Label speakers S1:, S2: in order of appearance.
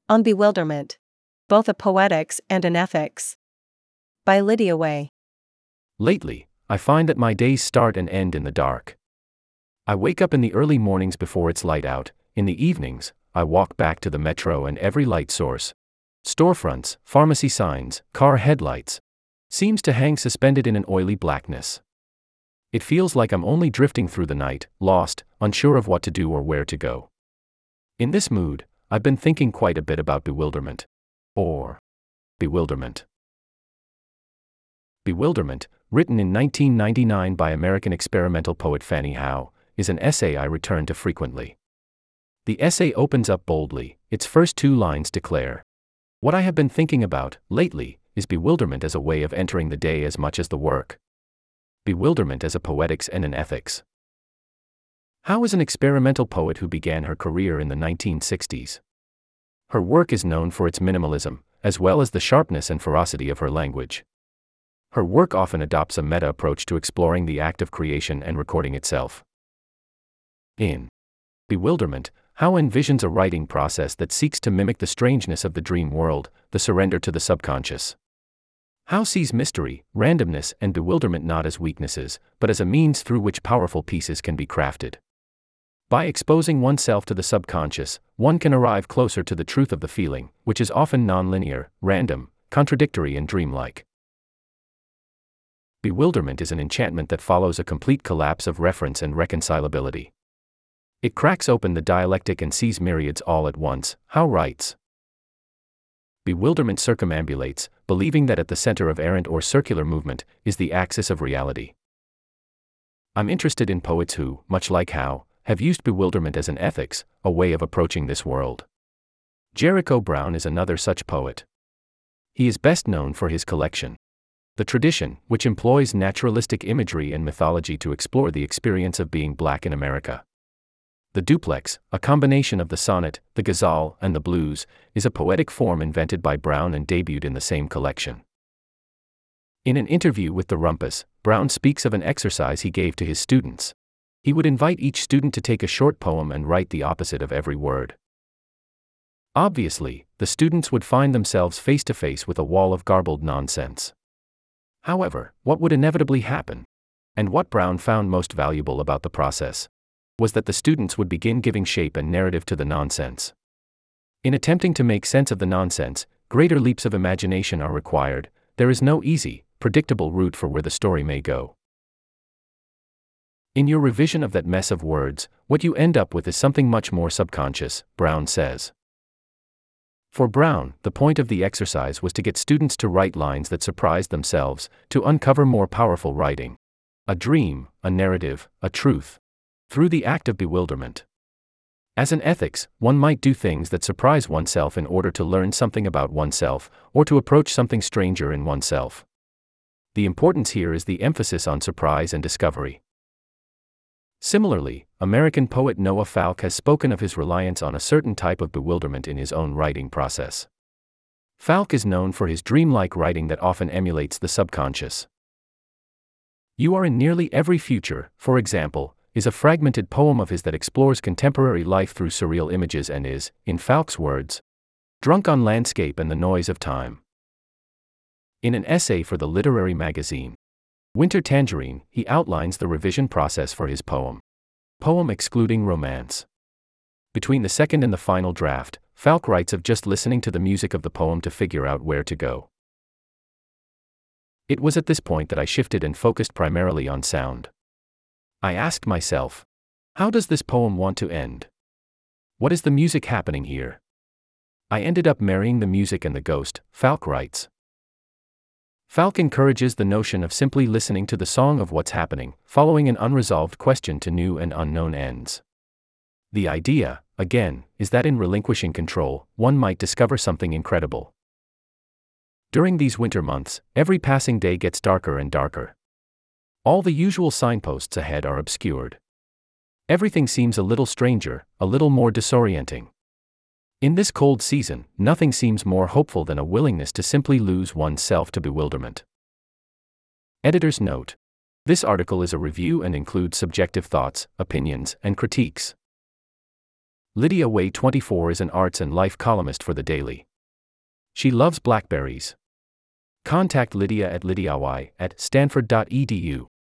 S1: On Bewilderment. Both a Poetics and an Ethics. By Lydia Way.
S2: Lately, I find that my days start and end in the dark. I wake up in the early mornings before it's light out. In the evenings, I walk back to the metro and every light source, storefronts, pharmacy signs, car headlights, seems to hang suspended in an oily blackness. It feels like I'm only drifting through the night, lost, unsure of what to do or where to go. In this mood, I've been thinking quite a bit about bewilderment. Or bewilderment. Bewilderment, written in 1999 by American experimental poet Fanny Howe, is an essay I return to frequently. The essay opens up boldly. Its first two lines declare, "What I have been thinking about, lately, is bewilderment as a way of entering the day as much as the work. Bewilderment as a poetics and an ethics." Howe is an experimental poet who began her career in the 1960s. Her work is known for its minimalism, as well as the sharpness and ferocity of her language. Her work often adopts a meta approach to exploring the act of creation and recording itself. In Bewilderment, Howe envisions a writing process that seeks to mimic the strangeness of the dream world, the surrender to the subconscious. Howe sees mystery, randomness, and bewilderment not as weaknesses, but as a means through which powerful pieces can be crafted. By exposing oneself to the subconscious, one can arrive closer to the truth of the feeling, which is often non-linear, random, contradictory, and dreamlike. Bewilderment is an enchantment that follows a complete collapse of reference and reconcilability. It cracks open the dialectic and sees myriads all at once, Howe writes. Bewilderment circumambulates, believing that at the center of errant or circular movement is the axis of reality. I'm interested in poets who, much like Howe, have used bewilderment as an ethics, a way of approaching this world. Jericho Brown is another such poet. He is best known for his collection, The Tradition, which employs naturalistic imagery and mythology to explore the experience of being black in America. The duplex, a combination of the sonnet, the ghazal, and the blues, is a poetic form invented by Brown and debuted in the same collection. In an interview with the Rumpus, Brown speaks of an exercise he gave to his students. He would invite each student to take a short poem and write the opposite of every word. Obviously, the students would find themselves face to face with a wall of garbled nonsense. However, what would inevitably happen, and what Brown found most valuable about the process, was that the students would begin giving shape and narrative to the nonsense. In attempting to make sense of the nonsense, greater leaps of imagination are required. There is no easy, predictable route for where the story may go. In your revision of that mess of words, what you end up with is something much more subconscious, Brown says. For Brown, the point of the exercise was to get students to write lines that surprised themselves, to uncover more powerful writing. A dream, a narrative, a truth. Through the act of bewilderment. As an ethics, one might do things that surprise oneself in order to learn something about oneself, or to approach something stranger in oneself. The importance here is the emphasis on surprise and discovery. Similarly, American poet Noah Falk has spoken of his reliance on a certain type of bewilderment in his own writing process. Falk is known for his dreamlike writing that often emulates the subconscious. You Are in Nearly Every Future, for example, is a fragmented poem of his that explores contemporary life through surreal images and is, in Falk's words, drunk on landscape and the noise of time. In an essay for the literary magazine Winter Tangerine, he outlines the revision process for his poem excluding romance. Between the second and the final draft, Falk writes of just listening to the music of the poem to figure out where to go. It was at this point that I shifted and focused primarily on sound. I asked myself, how does this poem want to end? What is the music happening here? I ended up marrying the music and the ghost, Falk writes. Falk encourages the notion of simply listening to the song of what's happening, following an unresolved question to new and unknown ends. The idea, again, is that in relinquishing control, one might discover something incredible. During these winter months, every passing day gets darker and darker. All the usual signposts ahead are obscured. Everything seems a little stranger, a little more disorienting. In this cold season, nothing seems more hopeful than a willingness to simply lose oneself to bewilderment. Editor's note: this article is a review and includes subjective thoughts, opinions, and critiques. Lydia Way 24 is an arts and life columnist for The Daily. She loves blackberries. Contact Lydia at lydiaway@stanford.edu.